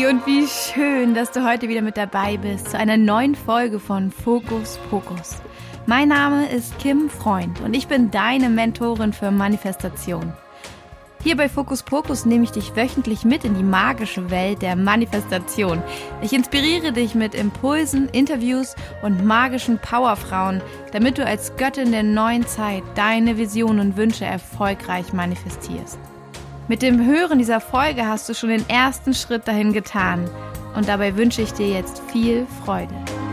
Hey und wie schön, dass du heute wieder mit dabei bist zu einer neuen Folge von Fokus Pokus. Mein Name ist Kim Freund und ich bin deine Mentorin für Manifestation. Hier bei Fokus Pokus nehme ich dich wöchentlich mit in die magische Welt der Manifestation. Ich inspiriere dich mit Impulsen, Interviews und magischen Powerfrauen, damit du als Göttin der neuen Zeit deine Visionen und Wünsche erfolgreich manifestierst. Mit dem Hören dieser Folge hast du schon den ersten Schritt dahin getan und dabei wünsche ich dir jetzt viel Freude.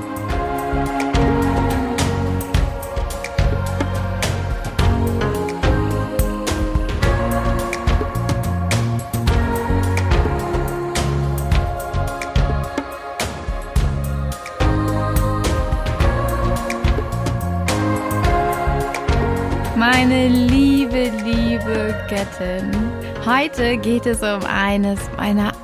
Meine liebe Göttin, heute geht es um eines meiner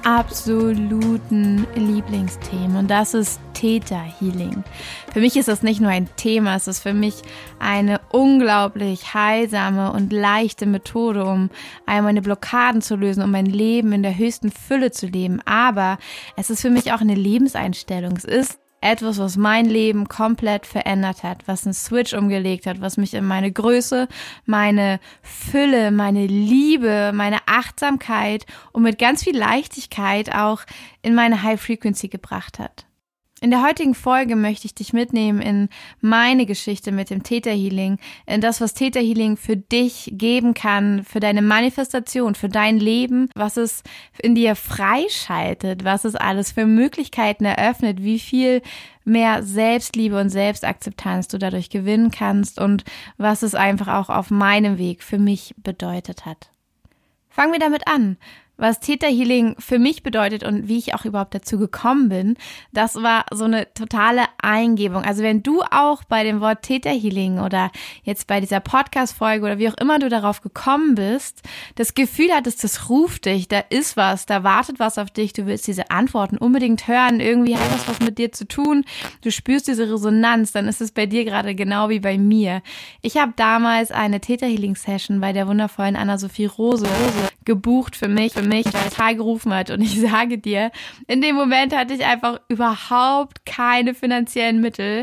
absoluten Lieblingsthemen und das ist Theta Healing. Für mich ist das nicht nur ein Thema, es ist für mich eine unglaublich heilsame und leichte Methode, um all meine Blockaden zu lösen, um mein Leben in der höchsten Fülle zu leben. Aber es ist für mich auch eine Lebenseinstellung. Es ist etwas, was mein Leben komplett verändert hat, was einen Switch umgelegt hat, was mich in meine Größe, meine Fülle, meine Liebe, meine Achtsamkeit und mit ganz viel Leichtigkeit auch in meine High Frequency gebracht hat. In der heutigen Folge möchte ich dich mitnehmen in meine Geschichte mit dem Theta Healing, in das, was Theta Healing für dich geben kann, für deine Manifestation, für dein Leben, was es in dir freischaltet, was es alles für Möglichkeiten eröffnet, wie viel mehr Selbstliebe und Selbstakzeptanz du dadurch gewinnen kannst und was es einfach auch auf meinem Weg für mich bedeutet hat. Fangen wir damit an. Was Theta Healing für mich bedeutet und wie ich auch überhaupt dazu gekommen bin, das war so eine totale Eingebung. Also wenn du auch bei dem Wort Theta Healing oder jetzt bei dieser Podcast-Folge oder wie auch immer du darauf gekommen bist, das Gefühl hattest, das ruft dich, da ist was, da wartet was auf dich, du willst diese Antworten unbedingt hören, irgendwie hat das was mit dir zu tun, du spürst diese Resonanz, dann ist es bei dir gerade genau wie bei mir. Ich habe damals eine Theta Healing Session bei der wundervollen Anna-Sophie Rose gebucht für mich total gerufen hat. Und ich sage dir, in dem Moment hatte ich einfach überhaupt keine finanziellen Mittel.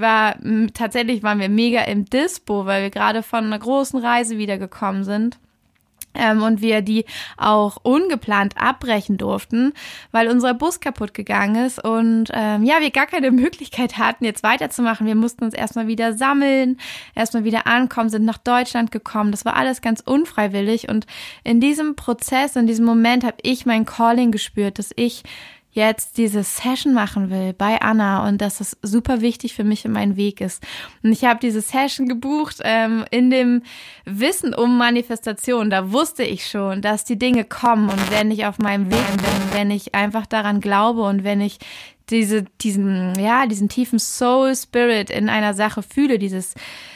Tatsächlich waren wir mega im Dispo, weil wir gerade von einer großen Reise wiedergekommen sind. Und wir die auch ungeplant abbrechen durften, weil unser Bus kaputt gegangen ist und wir gar keine Möglichkeit hatten, jetzt weiterzumachen. Wir mussten uns erstmal wieder sammeln, erstmal wieder ankommen, sind nach Deutschland gekommen. Das war alles ganz unfreiwillig und in diesem Prozess, in diesem Moment habe ich mein Calling gespürt, dass ich jetzt diese Session machen will bei Anna und dass das super wichtig für mich in meinem Weg ist. Und ich habe diese Session gebucht in dem Wissen um Manifestation. Da wusste ich schon, dass die Dinge kommen und wenn ich auf meinem Weg bin, wenn ich einfach daran glaube und wenn ich diesen tiefen Soul Spirit in einer Sache fühle, dieses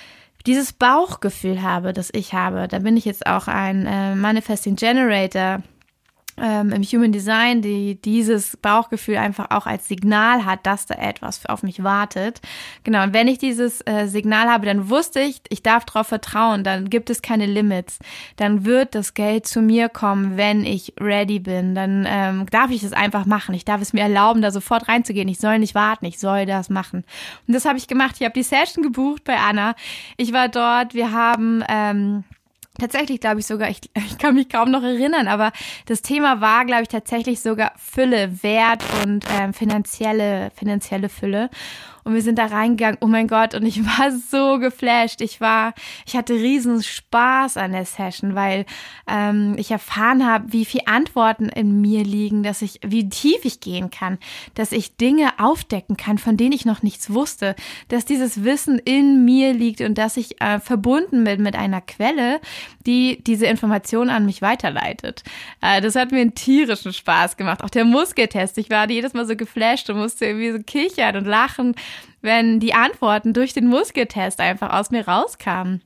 Bauchgefühl habe, das ich habe. Da bin ich jetzt auch ein Manifesting Generator im Human Design, die dieses Bauchgefühl einfach auch als Signal hat, dass da etwas auf mich wartet. Genau, und wenn ich dieses Signal habe, dann wusste ich darf darauf vertrauen, dann gibt es keine Limits. Dann wird das Geld zu mir kommen, wenn ich ready bin. Dann darf ich es einfach machen. Ich darf es mir erlauben, da sofort reinzugehen. Ich soll nicht warten, ich soll das machen. Und das habe ich gemacht. Ich habe die Session gebucht bei Anna. Ich war dort, wir haben tatsächlich, glaube ich sogar, ich kann mich kaum noch erinnern, aber das Thema war, glaube ich, tatsächlich sogar Fülle, Wert und finanzielle Fülle. Und wir sind da reingegangen, oh mein Gott, und ich war so geflasht. Ich hatte riesen Spaß an der Session, weil ich erfahren habe, wie viel Antworten in mir liegen, wie tief ich gehen kann, dass ich Dinge aufdecken kann, von denen ich noch nichts wusste, dass dieses Wissen in mir liegt und dass ich verbunden bin mit einer Quelle, die diese Information an mich weiterleitet. Das hat mir einen tierischen Spaß gemacht. Auch der Muskeltest, ich war jedes Mal so geflasht und musste irgendwie so kichern und lachen, wenn die Antworten durch den Muskeltest einfach aus mir rauskamen.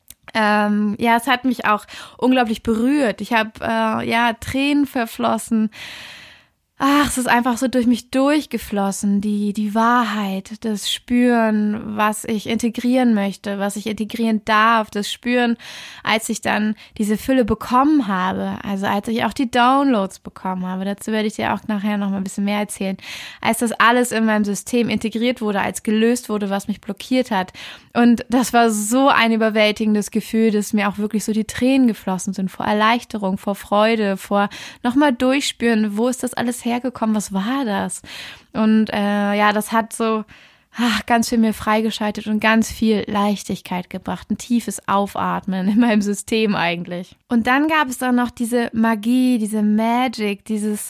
Es hat mich auch unglaublich berührt. Ich habe Tränen verflossen. es ist einfach so durch mich durchgeflossen, die Wahrheit, das Spüren, was ich integrieren möchte, was ich integrieren darf, das Spüren, als ich dann diese Fülle bekommen habe, also als ich auch die Downloads bekommen habe, dazu werde ich dir auch nachher noch mal ein bisschen mehr erzählen, als das alles in meinem System integriert wurde, als gelöst wurde, was mich blockiert hat. Und das war so ein überwältigendes Gefühl, dass mir auch wirklich so die Tränen geflossen sind, vor Erleichterung, vor Freude, vor nochmal durchspüren, wo ist das alles hergekommen, was war das? Und das hat so ganz viel mir freigeschaltet und ganz viel Leichtigkeit gebracht, ein tiefes Aufatmen in meinem System eigentlich. Und dann gab es dann noch diese Magie, diese Magic, dieses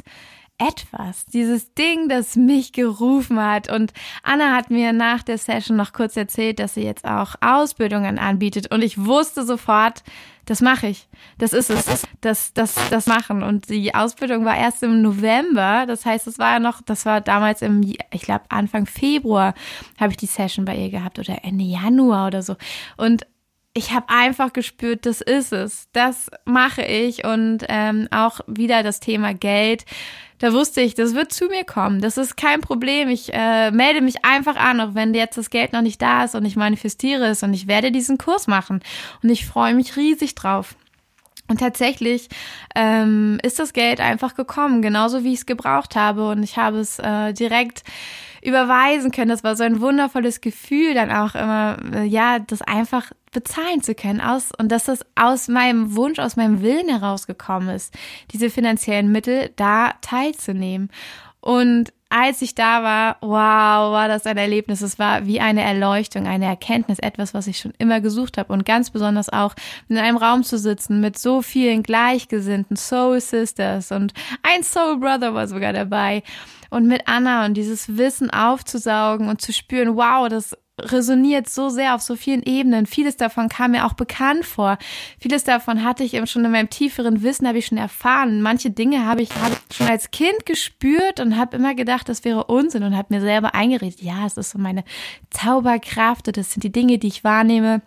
Ding, das mich gerufen hat. Und Anna hat mir nach der Session noch kurz erzählt, dass sie jetzt auch Ausbildungen anbietet. Und ich wusste sofort, das mache ich. Das ist es. Das machen. Und die Ausbildung war erst im November. Das heißt, das war damals ich glaube Anfang Februar habe ich die Session bei ihr gehabt oder Ende Januar oder so. Und ich habe einfach gespürt, das ist es. Das mache ich. Und auch wieder das Thema Geld. Da wusste ich, das wird zu mir kommen. Das ist kein Problem. Ich melde mich einfach an, auch wenn jetzt das Geld noch nicht da ist und ich manifestiere es und ich werde diesen Kurs machen. Und ich freue mich riesig drauf. Und tatsächlich ist das Geld einfach gekommen, genauso wie ich es gebraucht habe. Und ich habe es direkt überweisen können. Das war so ein wundervolles Gefühl, dann auch immer, das einfach bezahlen zu können. Und dass das aus meinem Wunsch, aus meinem Willen herausgekommen ist, diese finanziellen Mittel da teilzunehmen. Und als ich da war, wow, war das ein Erlebnis. Es war wie eine Erleuchtung, eine Erkenntnis, etwas, was ich schon immer gesucht habe. Und ganz besonders auch in einem Raum zu sitzen mit so vielen Gleichgesinnten, Soul Sisters, und ein Soul Brother war sogar dabei. Und mit Anna und dieses Wissen aufzusaugen und zu spüren, wow, das resoniert so sehr auf so vielen Ebenen. Vieles davon kam mir auch bekannt vor. Vieles davon hatte ich eben schon in meinem tieferen Wissen, habe ich schon erfahren. Manche Dinge habe ich schon als Kind gespürt und habe immer gedacht, das wäre Unsinn und habe mir selber eingeredet, ja, es ist so meine Zauberkraft und das sind die Dinge, die ich wahrnehme.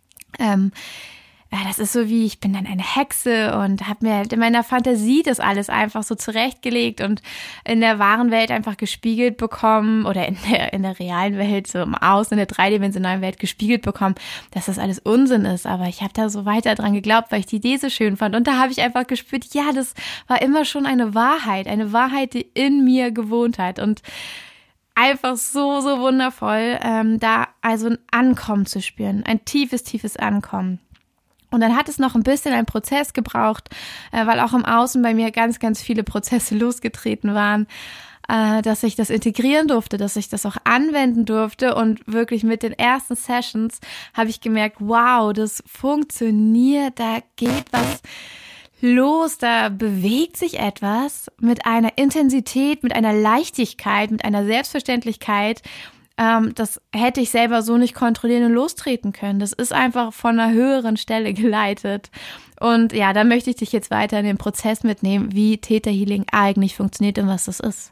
Das ist so wie, ich bin dann eine Hexe und habe mir halt in meiner Fantasie das alles einfach so zurechtgelegt und in der wahren Welt einfach gespiegelt bekommen oder in der realen Welt, so im Außen, in der dreidimensionalen Welt gespiegelt bekommen, dass das alles Unsinn ist. Aber ich habe da so weiter dran geglaubt, weil ich die Idee so schön fand. Und da habe ich einfach gespürt, ja, das war immer schon eine Wahrheit, die in mir gewohnt hat. Und einfach so, so wundervoll, da also ein Ankommen zu spüren, ein tiefes, tiefes Ankommen. Und dann hat es noch ein bisschen einen Prozess gebraucht, weil auch im Außen bei mir ganz, ganz viele Prozesse losgetreten waren, dass ich das integrieren durfte, dass ich das auch anwenden durfte. Und wirklich mit den ersten Sessions habe ich gemerkt, wow, das funktioniert, da geht was los, da bewegt sich etwas mit einer Intensität, mit einer Leichtigkeit, mit einer Selbstverständlichkeit. Das hätte ich selber so nicht kontrollieren und lostreten können. Das ist einfach von einer höheren Stelle geleitet. Und ja, da möchte ich dich jetzt weiter in den Prozess mitnehmen, wie Theta Healing eigentlich funktioniert und was das ist.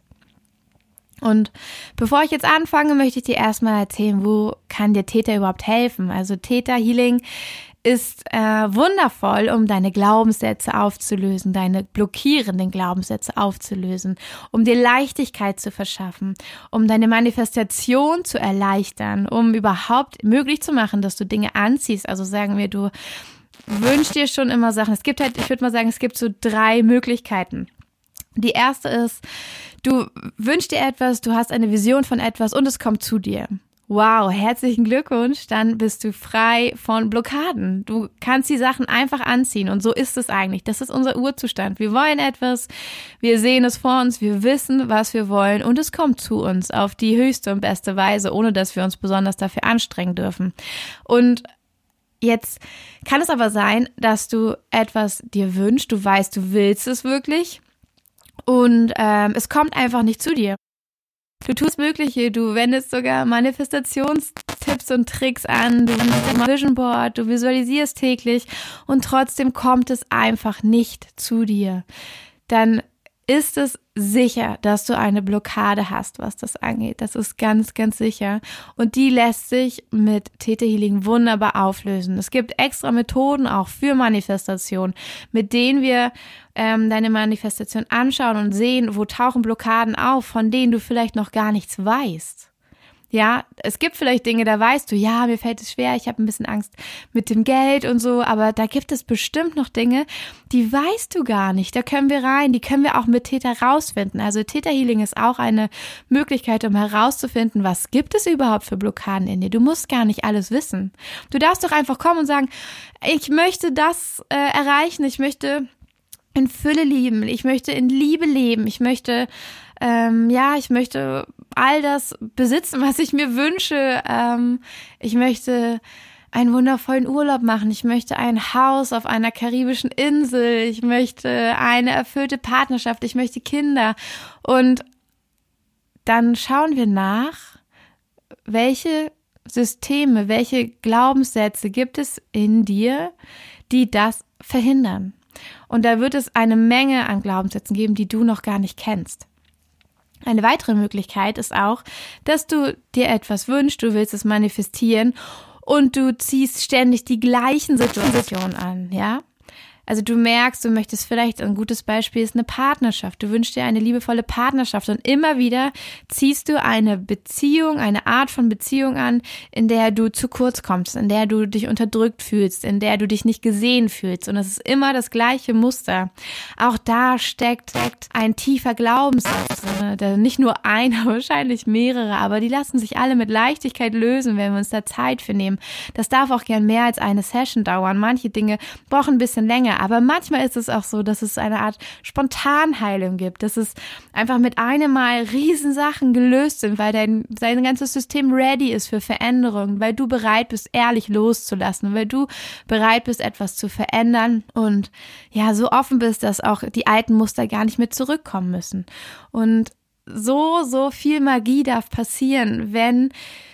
Und bevor ich jetzt anfange, möchte ich dir erstmal erzählen, wo kann dir Theta überhaupt helfen? Also Theta Healing ist wundervoll, um deine Glaubenssätze aufzulösen, deine blockierenden Glaubenssätze aufzulösen, um dir Leichtigkeit zu verschaffen, um deine Manifestation zu erleichtern, um überhaupt möglich zu machen, dass du Dinge anziehst. Also sagen wir, du wünschst dir schon immer Sachen. Es gibt halt, ich würde mal sagen, es gibt so 3 Möglichkeiten. Die erste ist, du wünschst dir etwas, du hast eine Vision von etwas und es kommt zu dir. Wow, herzlichen Glückwunsch, dann bist du frei von Blockaden. Du kannst die Sachen einfach anziehen und so ist es eigentlich. Das ist unser Urzustand. Wir wollen etwas, wir sehen es vor uns, wir wissen, was wir wollen und es kommt zu uns auf die höchste und beste Weise, ohne dass wir uns besonders dafür anstrengen dürfen. Und jetzt kann es aber sein, dass du etwas dir wünschst, du weißt, du willst es wirklich und es kommt einfach nicht zu dir. Du tust Mögliche, du wendest sogar Manifestationstipps und Tricks an, du wendest ein Vision Board, du visualisierst täglich und trotzdem kommt es einfach nicht zu dir. Dann ist es sicher, dass du eine Blockade hast, was das angeht. Das ist ganz, ganz sicher. Und die lässt sich mit Theta Healing wunderbar auflösen. Es gibt extra Methoden auch für Manifestation, mit denen wir deine Manifestation anschauen und sehen, wo tauchen Blockaden auf, von denen du vielleicht noch gar nichts weißt. Ja, es gibt vielleicht Dinge, da weißt du, ja, mir fällt es schwer, ich habe ein bisschen Angst mit dem Geld und so, aber da gibt es bestimmt noch Dinge, die weißt du gar nicht. Da können wir rein, die können wir auch mit Theta rausfinden. Also Theta Healing ist auch eine Möglichkeit, um herauszufinden, was gibt es überhaupt für Blockaden in dir. Du musst gar nicht alles wissen. Du darfst doch einfach kommen und sagen, ich möchte das erreichen, ich möchte in Fülle lieben, ich möchte in Liebe leben, ich möchte all das besitzen, was ich mir wünsche. Ich möchte einen wundervollen Urlaub machen. Ich möchte ein Haus auf einer karibischen Insel. Ich möchte eine erfüllte Partnerschaft. Ich möchte Kinder. Und dann schauen wir nach, welche Systeme, welche Glaubenssätze gibt es in dir, die das verhindern. Und da wird es eine Menge an Glaubenssätzen geben, die du noch gar nicht kennst. Eine weitere Möglichkeit ist auch, dass du dir etwas wünschst, du willst es manifestieren und du ziehst ständig die gleichen Situationen an, ja? Also du merkst, du möchtest vielleicht, ein gutes Beispiel ist eine Partnerschaft. Du wünschst dir eine liebevolle Partnerschaft und immer wieder ziehst du eine Beziehung, eine Art von Beziehung an, in der du zu kurz kommst, in der du dich unterdrückt fühlst, in der du dich nicht gesehen fühlst. Und es ist immer das gleiche Muster. Auch da steckt ein tiefer Glaubenssatz. Nicht nur einer, wahrscheinlich mehrere, aber die lassen sich alle mit Leichtigkeit lösen, wenn wir uns da Zeit für nehmen. Das darf auch gern mehr als eine Session dauern. Manche Dinge brauchen ein bisschen länger. Aber manchmal ist es auch so, dass es eine Art Spontanheilung gibt, dass es einfach mit einem Mal Riesensachen gelöst sind, weil dein ganzes System ready ist für Veränderung, weil du bereit bist, ehrlich loszulassen, weil du bereit bist, etwas zu verändern und ja, so offen bist, dass auch die alten Muster gar nicht mehr zurückkommen müssen. Und so viel Magie darf passieren, wenn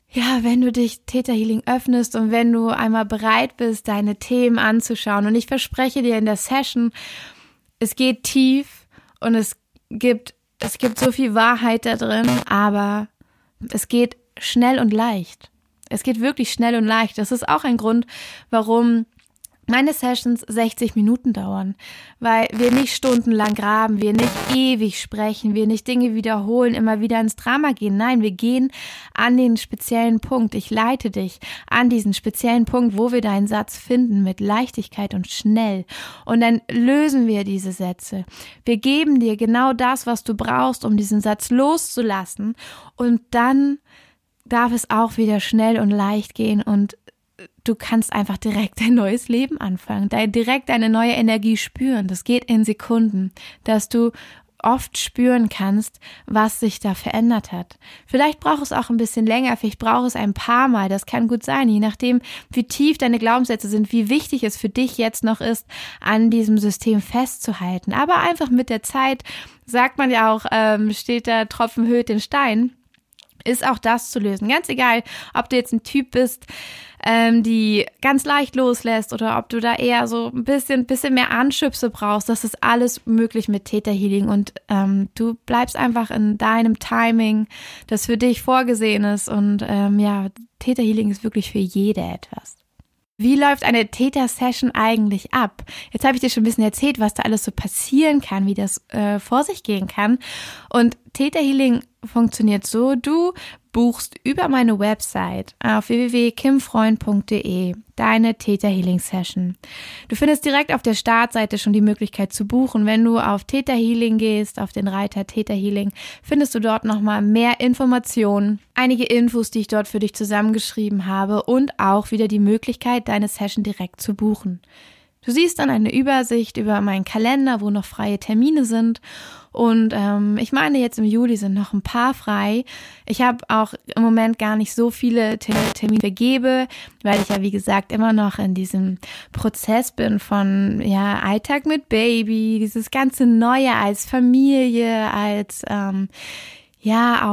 du dich Theta Healing öffnest und wenn du einmal bereit bist, deine Themen anzuschauen. Und ich verspreche dir in der Session, es geht tief und es gibt so viel Wahrheit da drin, aber es geht schnell und leicht. Es geht wirklich schnell und leicht. Das ist auch ein Grund, warum meine Sessions 60 Minuten dauern, weil wir nicht stundenlang graben, wir nicht ewig sprechen, wir nicht Dinge wiederholen, immer wieder ins Drama gehen. Nein, wir gehen an den speziellen Punkt. Ich leite dich an diesen speziellen Punkt, wo wir deinen Satz finden mit Leichtigkeit und schnell. Und dann lösen wir diese Sätze. Wir geben dir genau das, was du brauchst, um diesen Satz loszulassen. Und dann darf es auch wieder schnell und leicht gehen und du kannst einfach direkt ein neues Leben anfangen, direkt eine neue Energie spüren. Das geht in Sekunden, dass du oft spüren kannst, was sich da verändert hat. Vielleicht braucht es auch ein bisschen länger, vielleicht braucht es ein paar Mal, das kann gut sein, je nachdem, wie tief deine Glaubenssätze sind, wie wichtig es für dich jetzt noch ist, an diesem System festzuhalten. Aber einfach mit der Zeit, sagt man ja auch, steht der Tropfen höhlt den Stein, ist auch das zu lösen. Ganz egal, ob du jetzt ein Typ bist, die ganz leicht loslässt oder ob du da eher so ein bisschen mehr Anschubse brauchst, das ist alles möglich mit Theta Healing und du bleibst einfach in deinem Timing, das für dich vorgesehen ist und Theta Healing ist wirklich für jede etwas. Wie läuft eine Theta-Session eigentlich ab? Jetzt habe ich dir schon ein bisschen erzählt, was da alles so passieren kann, wie das vor sich gehen kann. Und Theta Healing funktioniert so, du buchst über meine Website auf www.kimfreund.de deine Theta Healing Session. Du findest direkt auf der Startseite schon die Möglichkeit zu buchen. Wenn du auf Theta Healing gehst, auf den Reiter Theta Healing, findest du dort nochmal mehr Informationen, einige Infos, die ich dort für dich zusammengeschrieben habe und auch wieder die Möglichkeit, deine Session direkt zu buchen. Du siehst dann eine Übersicht über meinen Kalender, wo noch freie Termine sind. Und ich meine, jetzt im Juli sind noch ein paar frei. Ich habe auch im Moment gar nicht so viele Termine vergebe, weil ich ja, wie gesagt, immer noch in diesem Prozess bin von Alltag mit Baby, dieses ganze Neue als Familie, als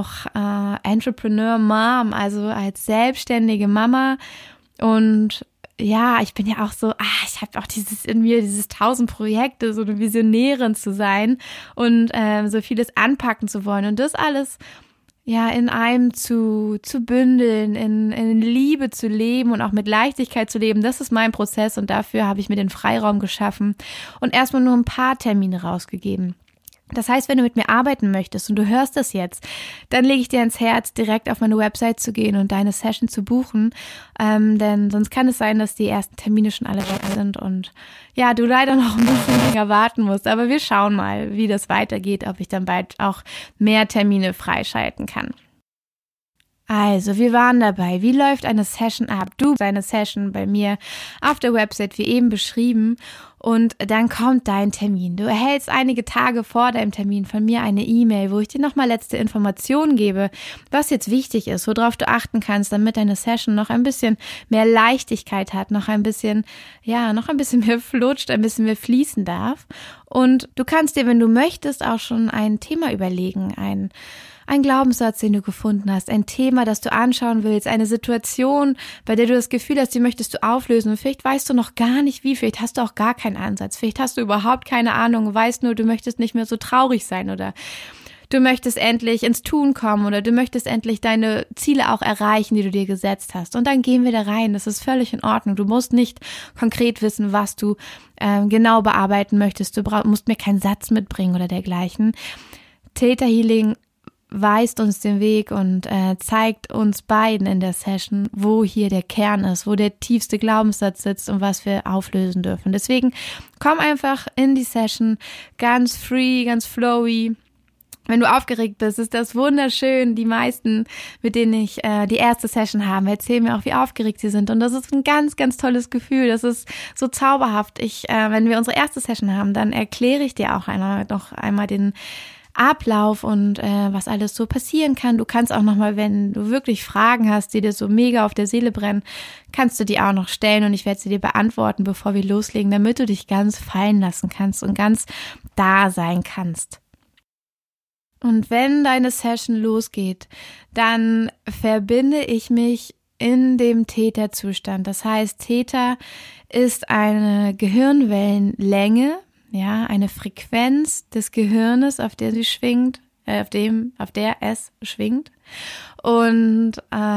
Entrepreneur Mom, also als selbstständige Mama. Und ja, ich bin ja auch so, ich habe auch dieses 1000 Projekte, so eine Visionärin zu sein und so vieles anpacken zu wollen und das alles ja in einem zu bündeln, in Liebe zu leben und auch mit Leichtigkeit zu leben. Das ist mein Prozess und dafür habe ich mir den Freiraum geschaffen und erstmal nur ein paar Termine rausgegeben. Das heißt, wenn du mit mir arbeiten möchtest und du hörst das jetzt, dann lege ich dir ans Herz, direkt auf meine Website zu gehen und deine Session zu buchen, denn sonst kann es sein, dass die ersten Termine schon alle weg sind und ja, du leider noch ein bisschen länger warten musst, aber wir schauen mal, wie das weitergeht, ob ich dann bald auch mehr Termine freischalten kann. Also, wir waren dabei. Wie läuft eine Session ab? Du deine Session bei mir auf der Website, wie eben beschrieben. Und dann kommt dein Termin. Du erhältst einige Tage vor deinem Termin von mir eine E-Mail, wo ich dir nochmal letzte Informationen gebe, was jetzt wichtig ist, worauf du achten kannst, damit deine Session noch ein bisschen mehr Leichtigkeit hat, noch ein bisschen mehr flutscht, ein bisschen mehr fließen darf. Und du kannst dir, wenn du möchtest, auch schon ein Thema überlegen, ein Glaubenssatz, den du gefunden hast, ein Thema, das du anschauen willst, eine Situation, bei der du das Gefühl hast, die möchtest du auflösen und vielleicht weißt du noch gar nicht wie, vielleicht hast du auch gar keinen Ansatz, vielleicht hast du überhaupt keine Ahnung, weißt nur, du möchtest nicht mehr so traurig sein oder du möchtest endlich ins Tun kommen oder du möchtest endlich deine Ziele auch erreichen, die du dir gesetzt hast. Und dann gehen wir da rein, das ist völlig in Ordnung. Du musst nicht konkret wissen, was du genau bearbeiten möchtest, du musst mir keinen Satz mitbringen oder dergleichen. Theta Healing weist uns den Weg und zeigt uns beiden in der Session, wo hier der Kern ist, wo der tiefste Glaubenssatz sitzt und was wir auflösen dürfen. Deswegen komm einfach in die Session ganz free, ganz flowy. Wenn du aufgeregt bist, ist das wunderschön. Die meisten, mit denen ich die erste Session habe, erzählen mir auch, wie aufgeregt sie sind. Und das ist ein ganz, ganz tolles Gefühl. Das ist so zauberhaft. Wenn wir unsere erste Session haben, dann erkläre ich dir auch noch einmal den Ablauf und was alles so passieren kann. Du kannst auch nochmal, wenn du wirklich Fragen hast, die dir so mega auf der Seele brennen, kannst du die auch noch stellen und ich werde sie dir beantworten, bevor wir loslegen, damit du dich ganz fallen lassen kannst und ganz da sein kannst. Und wenn deine Session losgeht, dann verbinde ich mich in dem Theta-Zustand. Das heißt, Theta ist eine Gehirnwellenlänge, ja, eine Frequenz des Gehirnes, auf der sie schwingt, auf der es schwingt. Und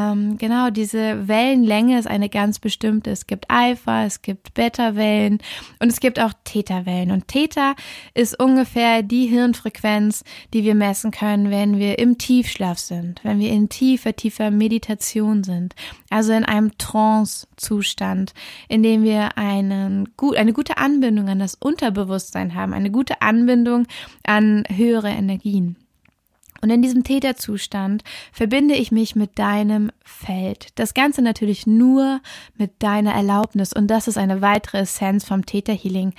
genau diese Wellenlänge ist eine ganz bestimmte. Es gibt Alpha, es gibt Beta-Wellen und es gibt auch Theta-Wellen. Und Theta ist ungefähr die Hirnfrequenz, die wir messen können, wenn wir im Tiefschlaf sind, wenn wir in tiefer Meditation sind, also in einem Trance-Zustand, in dem wir eine gute Anbindung an das Unterbewusstsein haben, eine gute Anbindung an höhere Energien. Und in diesem Theta-Zustand verbinde ich mich mit deinem Feld. Das Ganze natürlich nur mit deiner Erlaubnis. Und das ist eine weitere Essenz vom Theta-Healing.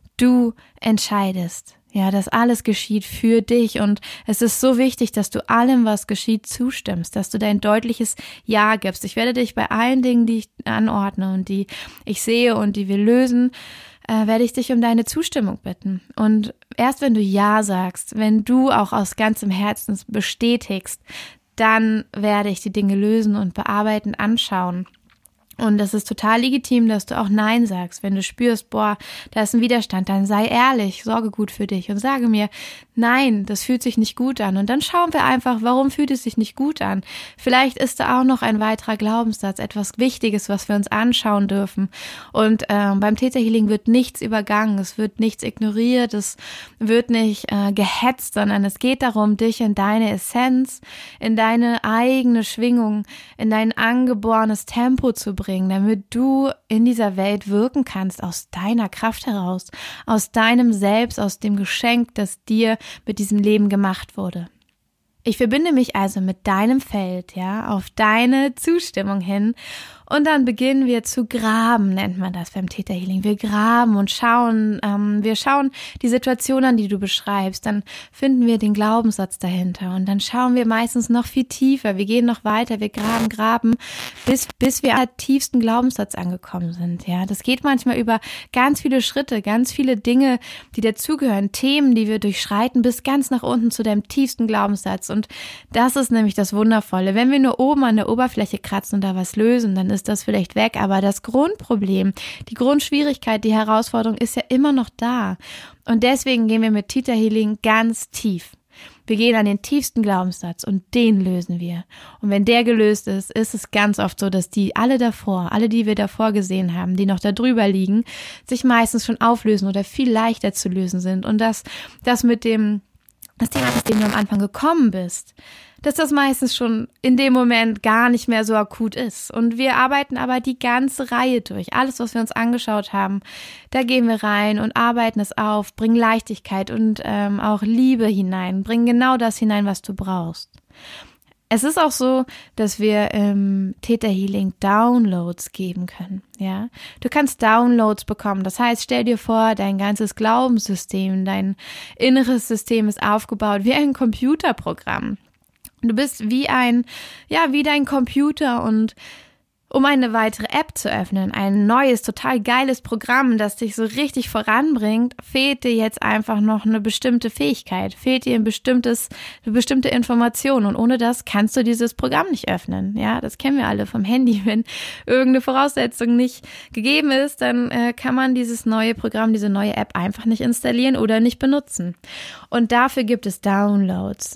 Du entscheidest. Ja, das alles geschieht für dich und es ist so wichtig, dass du allem, was geschieht, zustimmst, dass du dein deutliches Ja gibst. Ich werde dich bei allen Dingen, die ich anordne und die ich sehe und die wir lösen, werde ich dich um deine Zustimmung bitten. Und erst wenn du Ja sagst, wenn du auch aus ganzem Herzen bestätigst, dann werde ich die Dinge lösen und bearbeiten, anschauen. Und es ist total legitim, dass du auch Nein sagst. Wenn du spürst, boah, da ist ein Widerstand, dann sei ehrlich, sorge gut für dich und sage mir, nein, das fühlt sich nicht gut an. Und dann schauen wir einfach, warum fühlt es sich nicht gut an? Vielleicht ist da auch noch ein weiterer Glaubenssatz, etwas Wichtiges, was wir uns anschauen dürfen. Und beim Theta Healing wird nichts übergangen, es wird nichts ignoriert, es wird nicht gehetzt, sondern es geht darum, dich in deine Essenz, in deine eigene Schwingung, in dein angeborenes Tempo zu bringen, damit du in dieser Welt wirken kannst, aus deiner Kraft heraus, aus deinem Selbst, aus dem Geschenk, das dir mit diesem Leben gemacht wurde. Ich verbinde mich also mit deinem Feld, ja, auf deine Zustimmung hin und dann beginnen wir zu graben, nennt man das beim Theta Healing. Wir graben und schauen die Situation an, die du beschreibst, dann finden wir den Glaubenssatz dahinter und dann schauen wir meistens noch viel tiefer, wir gehen noch weiter, wir graben, bis wir am tiefsten Glaubenssatz angekommen sind, ja. Das geht manchmal über ganz viele Schritte, ganz viele Dinge, die dazugehören, Themen, die wir durchschreiten, bis ganz nach unten zu deinem tiefsten Glaubenssatz und das ist nämlich das Wundervolle. Wenn wir nur oben an der Oberfläche kratzen und da was lösen, dann ist ist das vielleicht weg, aber das Grundproblem, die Grundschwierigkeit, die Herausforderung ist ja immer noch da. Und deswegen gehen wir mit Theta Healing ganz tief. Wir gehen an den tiefsten Glaubenssatz und den lösen wir. Und wenn der gelöst ist, ist es ganz oft so, dass alle, die wir davor gesehen haben, die noch da drüber liegen, sich meistens schon auflösen oder viel leichter zu lösen sind. Und das mit dem Thema, mit dem du am Anfang gekommen bist, dass das meistens schon in dem Moment gar nicht mehr so akut ist. Und wir arbeiten aber die ganze Reihe durch. Alles, was wir uns angeschaut haben, da gehen wir rein und arbeiten es auf, bringen Leichtigkeit und auch Liebe hinein, bringen genau das hinein, was du brauchst. Es ist auch so, dass wir im Theta Healing Downloads geben können. Ja, du kannst Downloads bekommen. Das heißt, stell dir vor, dein ganzes Glaubenssystem, dein inneres System ist aufgebaut wie ein Computerprogramm. Du bist wie dein Computer, und um eine weitere App zu öffnen, ein neues, total geiles Programm, das dich so richtig voranbringt, fehlt dir jetzt einfach noch eine bestimmte Fähigkeit, fehlt dir eine bestimmte Information, und ohne das kannst du dieses Programm nicht öffnen. Ja, das kennen wir alle vom Handy. Wenn irgendeine Voraussetzung nicht gegeben ist, dann kann man dieses neue Programm, diese neue App einfach nicht installieren oder nicht benutzen. Und dafür gibt es Downloads.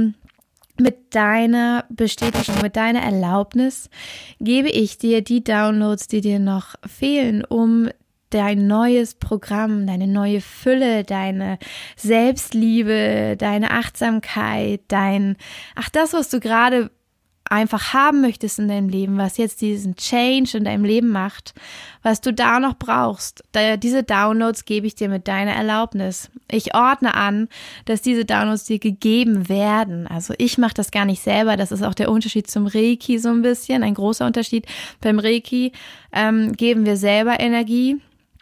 Mit deiner Bestätigung, mit deiner Erlaubnis gebe ich dir die Downloads, die dir noch fehlen, um dein neues Programm, deine neue Fülle, deine Selbstliebe, deine Achtsamkeit, das, was du gerade einfach haben möchtest in deinem Leben, was jetzt diesen Change in deinem Leben macht, was du da noch brauchst. Diese Downloads gebe ich dir mit deiner Erlaubnis. Ich ordne an, dass diese Downloads dir gegeben werden. Also ich mache das gar nicht selber. Das ist auch der Unterschied zum Reiki so ein bisschen, ein großer Unterschied. Beim Reiki geben wir selber Energie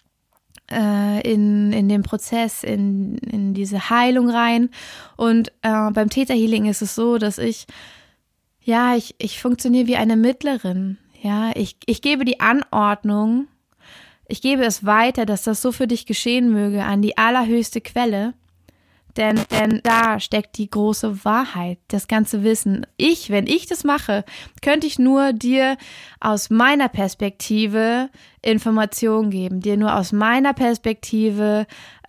in den Prozess, in diese Heilung rein. Und beim Theta Healing ist es so, dass ich funktioniere wie eine Mittlerin. Ja, ich gebe die Anordnung, ich gebe es weiter, dass das so für dich geschehen möge, an die allerhöchste Quelle. Denn da steckt die große Wahrheit, das ganze Wissen. Wenn ich das mache, könnte ich nur dir aus meiner Perspektive Informationen geben, dir nur aus meiner Perspektive,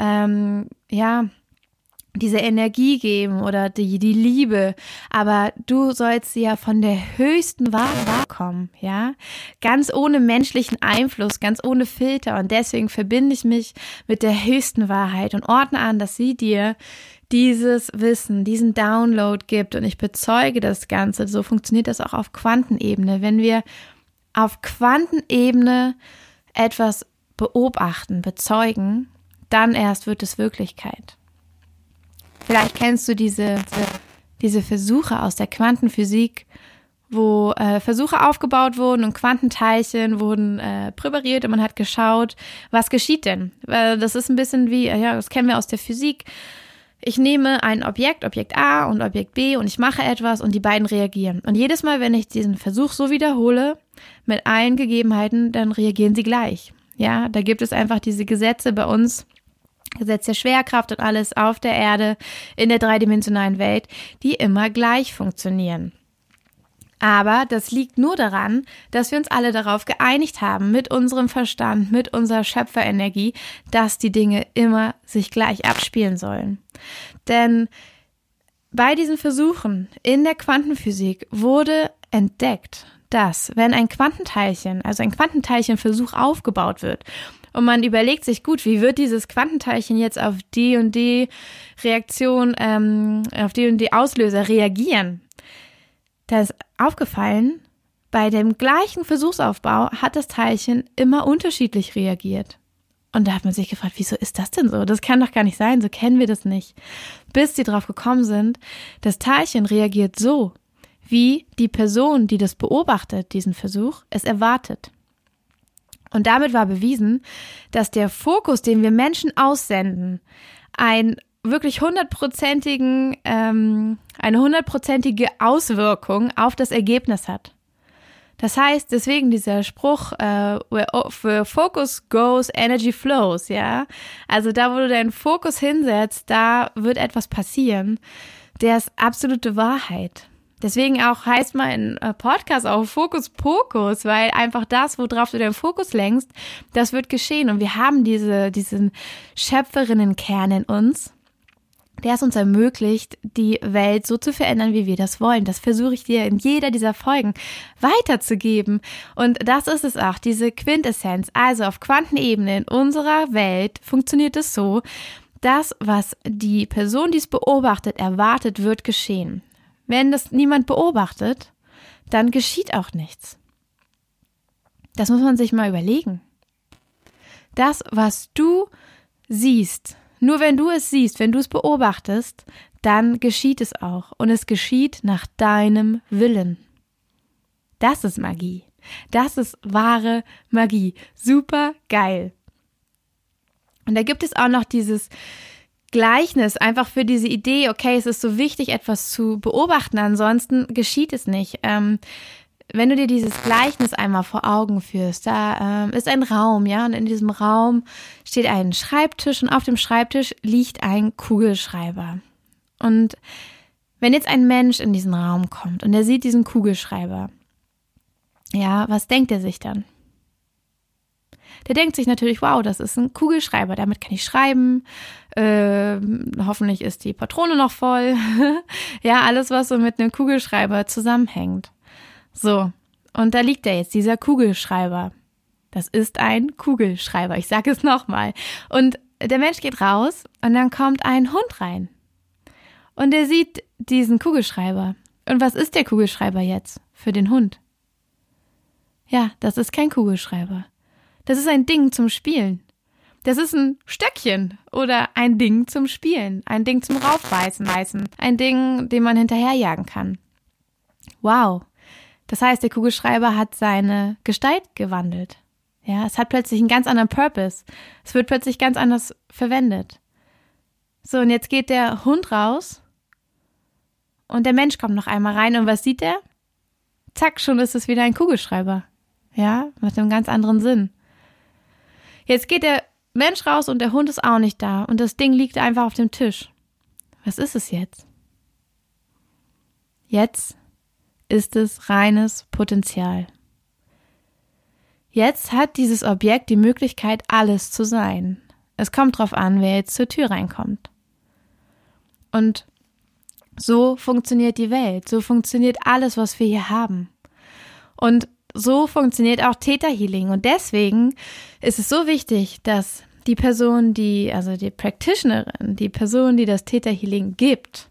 diese Energie geben oder die Liebe, aber du sollst sie ja von der höchsten Wahrheit kommen, ja, ganz ohne menschlichen Einfluss, ganz ohne Filter, und deswegen verbinde ich mich mit der höchsten Wahrheit und ordne an, dass sie dir dieses Wissen, diesen Download gibt, und ich bezeuge das Ganze. So funktioniert das auch auf Quantenebene. Wenn wir auf Quantenebene etwas beobachten, bezeugen, dann erst wird es Wirklichkeit. Vielleicht kennst du diese Versuche aus der Quantenphysik, wo Versuche aufgebaut wurden und Quantenteilchen wurden präpariert, und man hat geschaut, was geschieht denn? Das ist ein bisschen das kennen wir aus der Physik. Ich nehme ein Objekt A und Objekt B, und ich mache etwas, und die beiden reagieren. Und jedes Mal, wenn ich diesen Versuch so wiederhole, mit allen Gegebenheiten, dann reagieren sie gleich. Ja, da gibt es einfach diese Gesetze bei uns, Gesetz der Schwerkraft und alles auf der Erde, in der dreidimensionalen Welt, die immer gleich funktionieren. Aber das liegt nur daran, dass wir uns alle darauf geeinigt haben, mit unserem Verstand, mit unserer Schöpferenergie, dass die Dinge immer sich gleich abspielen sollen. Denn bei diesen Versuchen in der Quantenphysik wurde entdeckt, dass wenn ein Quantenteilchenversuch aufgebaut wird, und man überlegt sich, gut, wie wird dieses Quantenteilchen jetzt auf die und die Reaktion, auf die und die Auslöser reagieren? Da ist aufgefallen, bei dem gleichen Versuchsaufbau hat das Teilchen immer unterschiedlich reagiert. Und da hat man sich gefragt, wieso ist das denn so? Das kann doch gar nicht sein, so kennen wir das nicht. Bis sie drauf gekommen sind, das Teilchen reagiert so, wie die Person, die das beobachtet, diesen Versuch, es erwartet. Und damit war bewiesen, dass der Fokus, den wir Menschen aussenden, eine hundertprozentige Auswirkung auf das Ergebnis hat. Das heißt, deswegen dieser Spruch, where focus goes, energy flows, ja. Also da, wo du deinen Fokus hinsetzt, da wird etwas passieren. Der ist absolute Wahrheit. Deswegen auch heißt mein Podcast auch Fokus Pokus, weil einfach das, worauf du deinen Fokus lenkst, das wird geschehen. Und wir haben diesen Schöpferinnenkern in uns, der es uns ermöglicht, die Welt so zu verändern, wie wir das wollen. Das versuche ich dir in jeder dieser Folgen weiterzugeben. Und das ist es auch, diese Quintessenz. Also auf Quantenebene in unserer Welt funktioniert es so, das, was die Person, die es beobachtet, erwartet, wird geschehen. Wenn das niemand beobachtet, dann geschieht auch nichts. Das muss man sich mal überlegen. Das, was du siehst, nur wenn du es siehst, wenn du es beobachtest, dann geschieht es auch. Und es geschieht nach deinem Willen. Das ist Magie. Das ist wahre Magie. Super geil. Und da gibt es auch noch dieses Gleichnis, einfach für diese Idee, okay, es ist so wichtig, etwas zu beobachten, ansonsten geschieht es nicht. Wenn du dir dieses Gleichnis einmal vor Augen führst, da ist ein Raum, ja, und in diesem Raum steht ein Schreibtisch und auf dem Schreibtisch liegt ein Kugelschreiber. Und wenn jetzt ein Mensch in diesen Raum kommt und er sieht diesen Kugelschreiber, ja, was denkt er sich dann? Der denkt sich natürlich, wow, das ist ein Kugelschreiber, damit kann ich schreiben, hoffentlich ist die Patrone noch voll, ja, alles, was so mit einem Kugelschreiber zusammenhängt. So, und da liegt jetzt, dieser Kugelschreiber. Das ist ein Kugelschreiber, ich sage es nochmal. Und der Mensch geht raus und dann kommt ein Hund rein. Und er sieht diesen Kugelschreiber. Und was ist der Kugelschreiber jetzt für den Hund? Ja, das ist kein Kugelschreiber. Das ist ein Ding zum Spielen. Das ist ein Stöckchen oder ein Ding zum Spielen. Ein Ding zum Raufbeißen. Ein Ding, dem man hinterherjagen kann. Wow. Das heißt, der Kugelschreiber hat seine Gestalt gewandelt. Ja, es hat plötzlich einen ganz anderen Purpose. Es wird plötzlich ganz anders verwendet. So, und jetzt geht der Hund raus und der Mensch kommt noch einmal rein und was sieht er? Zack, schon ist es wieder ein Kugelschreiber. Ja, mit einem ganz anderen Sinn. Jetzt geht der Mensch raus und der Hund ist auch nicht da und das Ding liegt einfach auf dem Tisch. Was ist es jetzt? Jetzt ist es reines Potenzial. Jetzt hat dieses Objekt die Möglichkeit, alles zu sein. Es kommt drauf an, wer jetzt zur Tür reinkommt. Und so funktioniert die Welt, so funktioniert alles, was wir hier haben. Und so funktioniert auch Theta Healing. Und deswegen ist es so wichtig, dass die Person, die Practitionerin, die Person, die das Theta Healing gibt,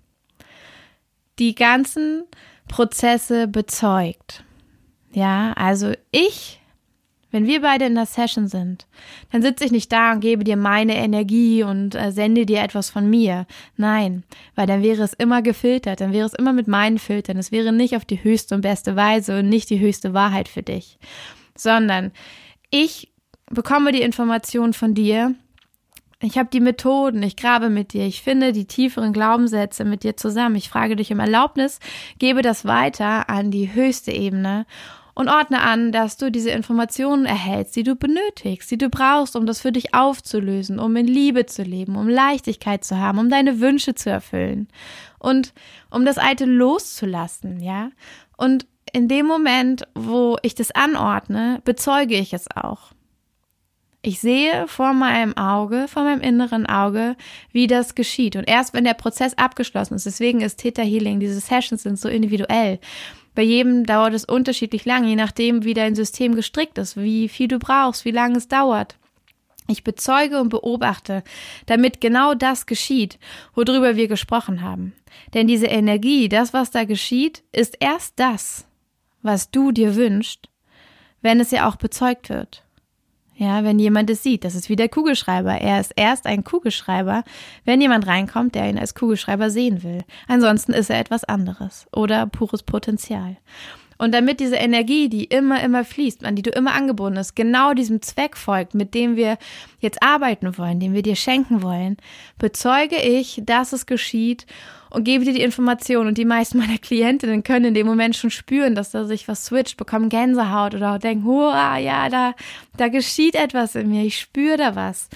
die ganzen Prozesse bezeugt. Ja, also wenn wir beide in der Session sind, dann sitze ich nicht da und gebe dir meine Energie und sende dir etwas von mir. Nein, weil dann wäre es immer gefiltert, dann wäre es immer mit meinen Filtern. Es wäre nicht auf die höchste und beste Weise und nicht die höchste Wahrheit für dich, sondern ich bekomme die Information von dir. Ich habe die Methoden, ich grabe mit dir, ich finde die tieferen Glaubenssätze mit dir zusammen. Ich frage dich um Erlaubnis, gebe das weiter an die höchste Ebene und ordne an, dass du diese Informationen erhältst, die du benötigst, die du brauchst, um das für dich aufzulösen, um in Liebe zu leben, um Leichtigkeit zu haben, um deine Wünsche zu erfüllen und um das Alte loszulassen, ja. Und in dem Moment, wo ich das anordne, bezeuge ich es auch. Ich sehe vor meinem inneren Auge, wie das geschieht. Und erst wenn der Prozess abgeschlossen ist, deswegen ist Theta Healing, diese Sessions sind so individuell. Bei jedem dauert es unterschiedlich lang, je nachdem, wie dein System gestrickt ist, wie viel du brauchst, wie lange es dauert. Ich bezeuge und beobachte, damit genau das geschieht, worüber wir gesprochen haben. Denn diese Energie, das, was da geschieht, ist erst das, was du dir wünschst, wenn es ja auch bezeugt wird. Ja, wenn jemand es sieht, das ist wie der Kugelschreiber. Er ist erst ein Kugelschreiber, wenn jemand reinkommt, der ihn als Kugelschreiber sehen will. Ansonsten ist er etwas anderes oder pures Potenzial. Und damit diese Energie, die immer fließt, an die du immer angebunden bist, genau diesem Zweck folgt, mit dem wir jetzt arbeiten wollen, den wir dir schenken wollen, bezeuge ich, dass es geschieht und gebe dir die Information. Und die meisten meiner Klientinnen können in dem Moment schon spüren, dass da sich was switcht, bekommen Gänsehaut oder denken, ja, da geschieht etwas in mir, ich spüre da was.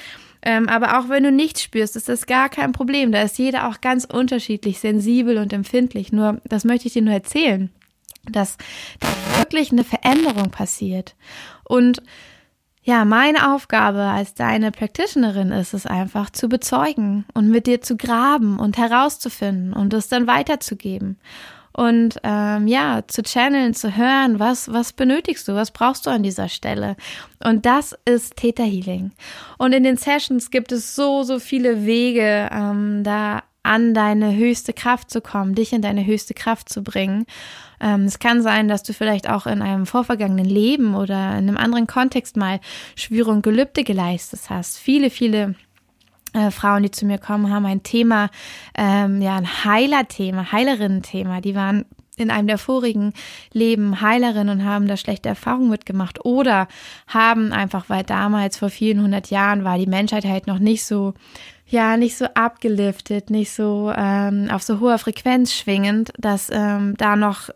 Aber auch wenn du nichts spürst, ist das gar kein Problem. Da ist jeder auch ganz unterschiedlich, sensibel und empfindlich. Nur, das möchte ich dir nur erzählen, dass da wirklich eine Veränderung passiert. Und ja, meine Aufgabe als deine Practitionerin ist es einfach zu bezeugen und mit dir zu graben und herauszufinden und es dann weiterzugeben. Und zu channeln, zu hören, was benötigst du, was brauchst du an dieser Stelle. Und das ist Theta Healing. Und in den Sessions gibt es so viele Wege, da an deine höchste Kraft zu kommen, dich in deine höchste Kraft zu bringen. Es kann sein, dass du vielleicht auch in einem vorvergangenen Leben oder in einem anderen Kontext mal Schwüre und Gelübde geleistet hast. Viele Frauen, die zu mir kommen, haben ein Thema, ein Heiler-Thema, Heilerinnen-Thema. Die waren in einem der vorigen Leben Heilerin und haben da schlechte Erfahrungen mitgemacht oder haben einfach, weil damals vor vielen 100 Jahren war die Menschheit halt noch nicht so abgeliftet, nicht so auf so hoher Frequenz schwingend, dass da noch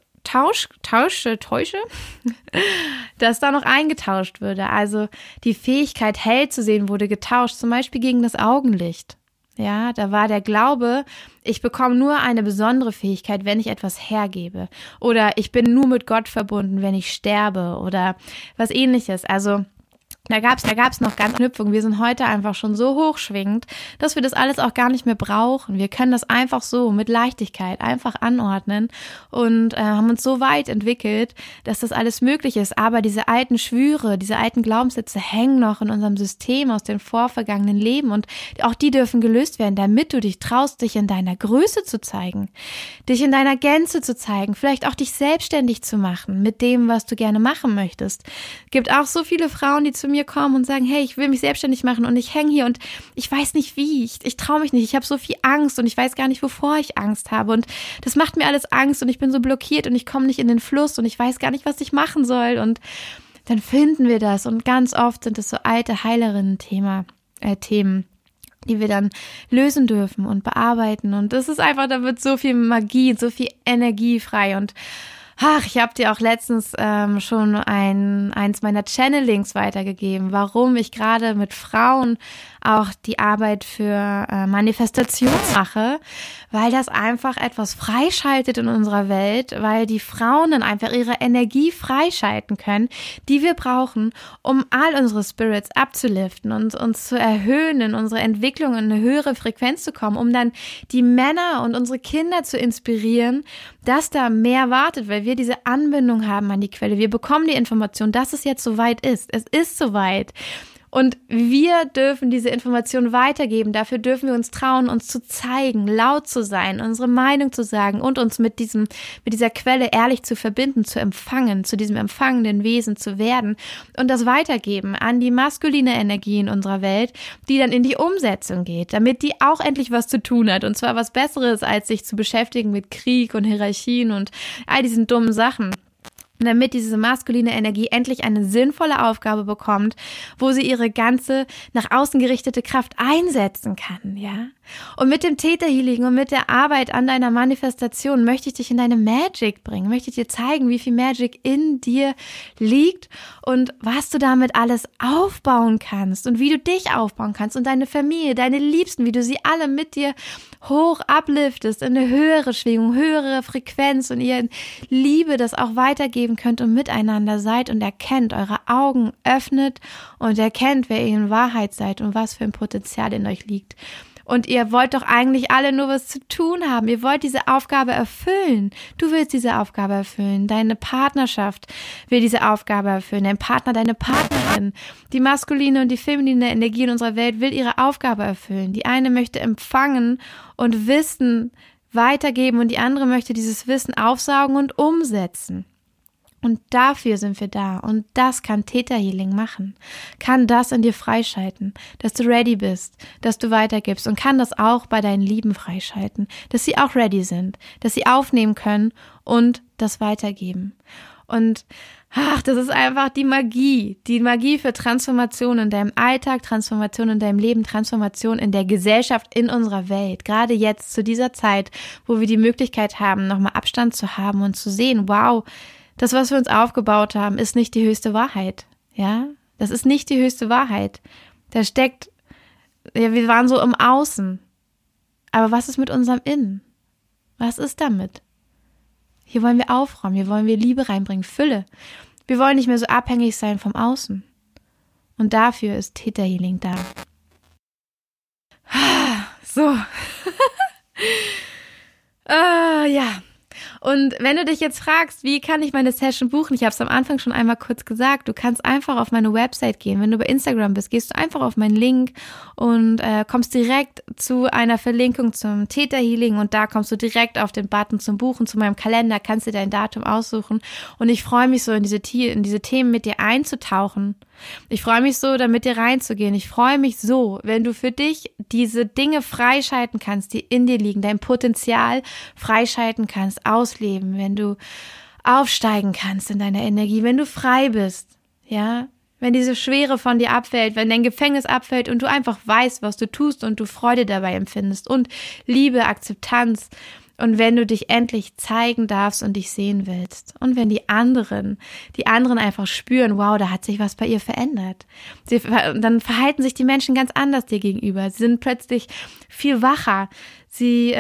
dass da noch eingetauscht würde. Also die Fähigkeit, hell zu sehen, wurde getauscht, zum Beispiel gegen das Augenlicht. Ja, da war der Glaube, ich bekomme nur eine besondere Fähigkeit, wenn ich etwas hergebe. Oder ich bin nur mit Gott verbunden, wenn ich sterbe oder was Ähnliches. Also da gab's noch ganz Knüpfungen. Wir sind heute einfach schon so hochschwingend, dass wir das alles auch gar nicht mehr brauchen. Wir können das einfach so mit Leichtigkeit einfach anordnen und haben uns so weit entwickelt, dass das alles möglich ist. Aber diese alten Schwüre, diese alten Glaubenssätze hängen noch in unserem System aus den vorvergangenen Leben und auch die dürfen gelöst werden, damit du dich traust, dich in deiner Größe zu zeigen, dich in deiner Gänze zu zeigen, vielleicht auch dich selbstständig zu machen mit dem, was du gerne machen möchtest. Es gibt auch so viele Frauen, die zu mir kommen und sagen, hey, ich will mich selbstständig machen und ich hänge hier und ich weiß nicht wie, ich traue mich nicht, ich habe so viel Angst und ich weiß gar nicht, wovor ich Angst habe und das macht mir alles Angst und ich bin so blockiert und ich komme nicht in den Fluss und ich weiß gar nicht, was ich machen soll und dann finden wir das und ganz oft sind es so alte Heilerinnen-Themen, die wir dann lösen dürfen und bearbeiten und das ist einfach, da wird so viel Magie, so viel Energie frei und ich habe dir auch letztens schon eins meiner Channelings weitergegeben, warum ich gerade mit Frauen auch die Arbeit für Manifestation mache, weil das einfach etwas freischaltet in unserer Welt, weil die Frauen dann einfach ihre Energie freischalten können, die wir brauchen, um all unsere Spirits abzuliften und uns zu erhöhen, in unsere Entwicklung in eine höhere Frequenz zu kommen, um dann die Männer und unsere Kinder zu inspirieren, dass da mehr wartet, weil wir diese Anbindung haben an die Quelle. Wir bekommen die Information, dass es jetzt soweit ist. Es ist soweit. Und wir dürfen diese Information weitergeben. Dafür dürfen wir uns trauen, uns zu zeigen, laut zu sein, unsere Meinung zu sagen und uns mit dieser Quelle ehrlich zu verbinden, zu empfangen, zu diesem empfangenden Wesen zu werden und das weitergeben an die maskuline Energie in unserer Welt, die dann in die Umsetzung geht, damit die auch endlich was zu tun hat. Und zwar was Besseres, als sich zu beschäftigen mit Krieg und Hierarchien und all diesen dummen Sachen. Damit diese maskuline Energie endlich eine sinnvolle Aufgabe bekommt, wo sie ihre ganze nach außen gerichtete Kraft einsetzen kann, ja. Und mit dem Theta Healing und mit der Arbeit an deiner Manifestation möchte ich dich in deine Magic bringen, möchte ich dir zeigen, wie viel Magic in dir liegt und was du damit alles aufbauen kannst und wie du dich aufbauen kannst und deine Familie, deine Liebsten, wie du sie alle mit dir hoch upliftest in eine höhere Schwingung, höhere Frequenz und ihr in Liebe das auch weitergeben könnt und miteinander seid und erkennt, eure Augen öffnet und erkennt, wer ihr in Wahrheit seid und was für ein Potenzial in euch liegt. Und ihr wollt doch eigentlich alle nur was zu tun haben. Ihr wollt diese Aufgabe erfüllen. Du willst diese Aufgabe erfüllen. Deine Partnerschaft will diese Aufgabe erfüllen. Dein Partner, deine Partnerin. Die maskuline und die feminine Energie in unserer Welt will ihre Aufgabe erfüllen. Die eine möchte empfangen und Wissen weitergeben und die andere möchte dieses Wissen aufsaugen und umsetzen. Und dafür sind wir da. Und das kann Theta Healing machen. Kann das in dir freischalten, dass du ready bist, dass du weitergibst und kann das auch bei deinen Lieben freischalten, dass sie auch ready sind, dass sie aufnehmen können und das weitergeben. Und das ist einfach die Magie für Transformation in deinem Alltag, Transformation in deinem Leben, Transformation in der Gesellschaft, in unserer Welt. Gerade jetzt zu dieser Zeit, wo wir die Möglichkeit haben, nochmal Abstand zu haben und zu sehen, wow, das, was wir uns aufgebaut haben, ist nicht die höchste Wahrheit. Ja, das ist nicht die höchste Wahrheit. Da steckt wir waren so im Außen. Aber was ist mit unserem Innen? Was ist damit? Hier wollen wir aufräumen, hier wollen wir Liebe reinbringen, Fülle. Wir wollen nicht mehr so abhängig sein vom Außen. Und dafür ist Theta Healing da. So. Ja. Und wenn du dich jetzt fragst, wie kann ich meine Session buchen? Ich habe es am Anfang schon einmal kurz gesagt. Du kannst einfach auf meine Website gehen. Wenn du bei Instagram bist, gehst du einfach auf meinen Link und kommst direkt zu einer Verlinkung zum Theta Healing und da kommst du direkt auf den Button zum Buchen, zu meinem Kalender, kannst dir dein Datum aussuchen und ich freue mich so, in diese Themen mit dir einzutauchen. Ich freue mich so, da mit dir reinzugehen. Ich freue mich so, wenn du für dich diese Dinge freischalten kannst, die in dir liegen, dein Potenzial freischalten kannst, ausleben, wenn du aufsteigen kannst in deiner Energie, wenn du frei bist, ja, wenn diese Schwere von dir abfällt, wenn dein Gefängnis abfällt und du einfach weißt, was du tust und du Freude dabei empfindest und Liebe, Akzeptanz. Und wenn du dich endlich zeigen darfst und dich sehen willst. Und wenn die anderen einfach spüren, wow, da hat sich was bei ihr verändert. Dann verhalten sich die Menschen ganz anders dir gegenüber. Sie sind plötzlich viel wacher. Sie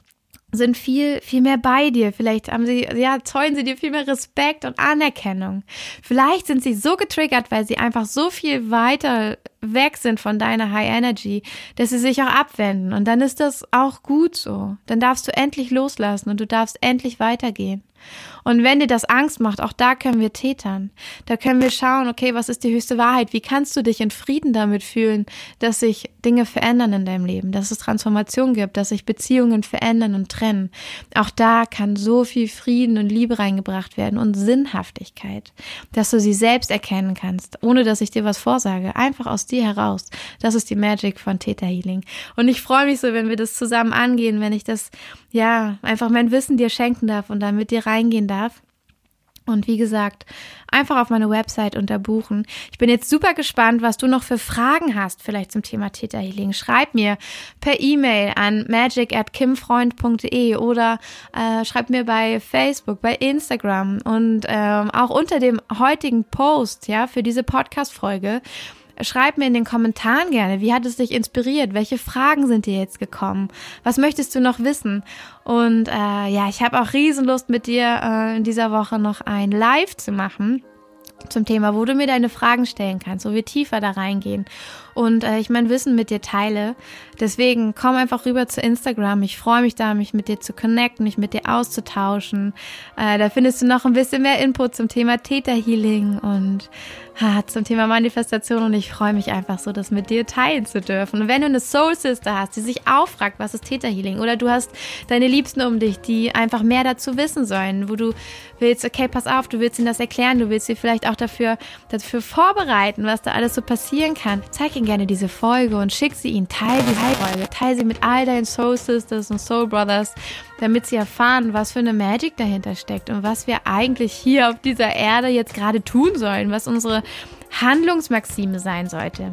sind viel mehr bei dir. Vielleicht zollen sie dir viel mehr Respekt und Anerkennung. Vielleicht sind sie so getriggert, weil sie einfach so viel weiter weg sind von deiner High Energy, dass sie sich auch abwenden. Und dann ist das auch gut so. Dann darfst du endlich loslassen und du darfst endlich weitergehen. Und wenn dir das Angst macht, auch da können wir tätern. Da können wir schauen, okay, was ist die höchste Wahrheit? Wie kannst du dich in Frieden damit fühlen, dass sich Dinge verändern in deinem Leben, dass es Transformation gibt, dass sich Beziehungen verändern und trennen? Auch da kann so viel Frieden und Liebe reingebracht werden und Sinnhaftigkeit, dass du sie selbst erkennen kannst, ohne dass ich dir was vorsage, einfach aus dir heraus. Das ist die Magic von Theta Healing. Und ich freue mich so, wenn wir das zusammen angehen, wenn ich das, einfach mein Wissen dir schenken darf und dann mit dir reingehen darf. Und wie gesagt, einfach auf meine Website unterbuchen. Ich bin jetzt super gespannt, was du noch für Fragen hast, vielleicht zum Thema Theta Healing. Schreib mir per E-Mail an magic@kimfreund.de oder schreib mir bei Facebook, bei Instagram und auch unter dem heutigen Post, für diese Podcast-Folge. Schreib mir in den Kommentaren gerne, wie hat es dich inspiriert? Welche Fragen sind dir jetzt gekommen? Was möchtest du noch wissen? Und ich habe auch Riesenlust mit dir in dieser Woche noch ein Live zu machen zum Thema, wo du mir deine Fragen stellen kannst, wo wir tiefer da reingehen und ich mein Wissen mit dir teile. Deswegen komm einfach rüber zu Instagram. Ich freue mich da, mich mit dir zu connecten, mich mit dir auszutauschen. Da findest du noch ein bisschen mehr Input zum Thema Theta Healing und zum Thema Manifestation und ich freue mich einfach so, das mit dir teilen zu dürfen. Und wenn du eine Soul Sister hast, die sich auch fragt, was ist Theta Healing, oder du hast deine Liebsten um dich, die einfach mehr dazu wissen sollen, wo du willst, okay, pass auf, du willst ihnen das erklären, du willst sie vielleicht auch dafür vorbereiten, was da alles so passieren kann, zeig ihnen gerne diese Folge und schick sie ihnen, teil diese Folge, teil sie mit all deinen Soul Sisters und Soul Brothers, damit sie erfahren, was für eine Magic dahinter steckt und was wir eigentlich hier auf dieser Erde jetzt gerade tun sollen, was unsere Handlungsmaxime sein sollte.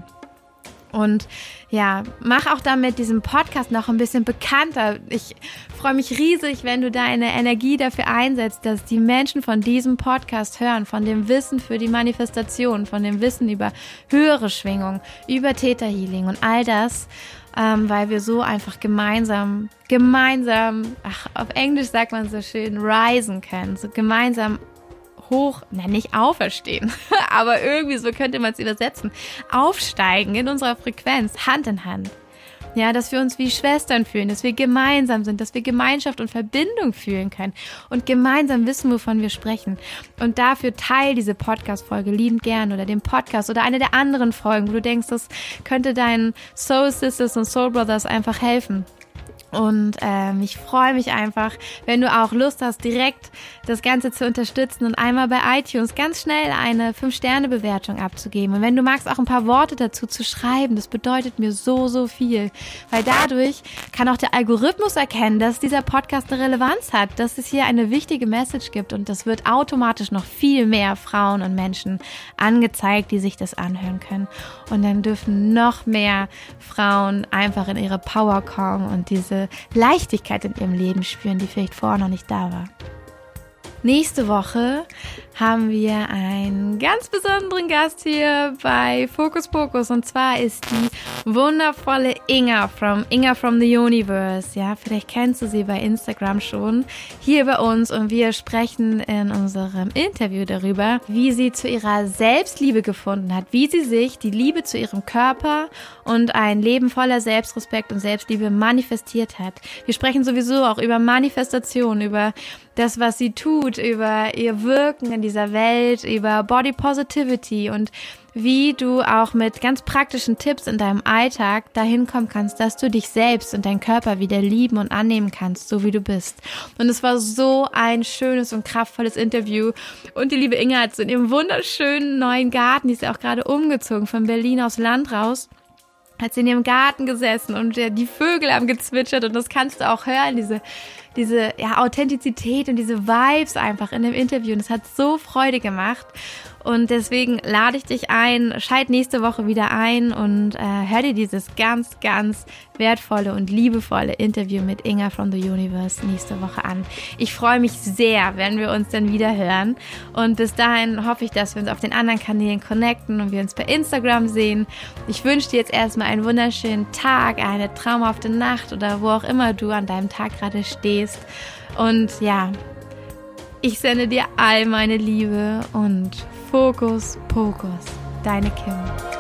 Und mach auch damit diesen Podcast noch ein bisschen bekannter. Ich freue mich riesig, wenn du deine Energie dafür einsetzt, dass die Menschen von diesem Podcast hören, von dem Wissen für die Manifestation, von dem Wissen über höhere Schwingung, über Theta Healing und all das, weil wir so einfach gemeinsam, auf Englisch sagt man so schön, risen können, so gemeinsam nicht auferstehen, aber irgendwie so könnte man es übersetzen, aufsteigen in unserer Frequenz, Hand in Hand. Ja, dass wir uns wie Schwestern fühlen, dass wir gemeinsam sind, dass wir Gemeinschaft und Verbindung fühlen können und gemeinsam wissen, wovon wir sprechen. Und dafür teil diese Podcast-Folge liebend gern oder den Podcast oder eine der anderen Folgen, wo du denkst, das könnte deinen Soul Sisters und Soul Brothers einfach helfen. Und ich freue mich einfach, wenn du auch Lust hast, direkt das Ganze zu unterstützen und einmal bei iTunes ganz schnell eine 5-Sterne-Bewertung abzugeben. Und wenn du magst, auch ein paar Worte dazu zu schreiben, das bedeutet mir so, so viel. Weil dadurch kann auch der Algorithmus erkennen, dass dieser Podcast eine Relevanz hat, dass es hier eine wichtige Message gibt. Und das wird automatisch noch viel mehr Frauen und Menschen angezeigt, die sich das anhören können. Und dann dürfen noch mehr Frauen einfach in ihre Power kommen und diese Leichtigkeit in ihrem Leben spüren, die vielleicht vorher noch nicht da war. Nächste Woche haben wir einen ganz besonderen Gast hier bei Focus Pocus, und zwar ist die wundervolle Inga from the Universe. Ja, vielleicht kennst du sie bei Instagram schon, hier bei uns, und wir sprechen in unserem Interview darüber, wie sie zu ihrer Selbstliebe gefunden hat, wie sie sich die Liebe zu ihrem Körper und ein Leben voller Selbstrespekt und Selbstliebe manifestiert hat. Wir sprechen sowieso auch über Manifestation, über das, was sie tut, über ihr Wirken in dieser Welt, über Body Positivity und wie du auch mit ganz praktischen Tipps in deinem Alltag dahin kommen kannst, dass du dich selbst und deinen Körper wieder lieben und annehmen kannst, so wie du bist. Und es war so ein schönes und kraftvolles Interview. Und die liebe Inga hat in ihrem wunderschönen neuen Garten, die ist ja auch gerade umgezogen von Berlin aufs Land raus, hat sie in ihrem Garten gesessen und die Vögel haben gezwitschert, und das kannst du auch hören, diese Authentizität und diese Vibes einfach in dem Interview, und es hat so Freude gemacht. Und deswegen lade ich dich ein, schalt nächste Woche wieder ein und hör dir dieses ganz, ganz wertvolle und liebevolle Interview mit Inga from the Universe nächste Woche an. Ich freue mich sehr, wenn wir uns dann wieder hören. Und bis dahin hoffe ich, dass wir uns auf den anderen Kanälen connecten und wir uns bei Instagram sehen. Ich wünsche dir jetzt erstmal einen wunderschönen Tag, eine traumhafte Nacht oder wo auch immer du an deinem Tag gerade stehst. Und ja, ich sende dir all meine Liebe und Fokus Pocus, deine Kim.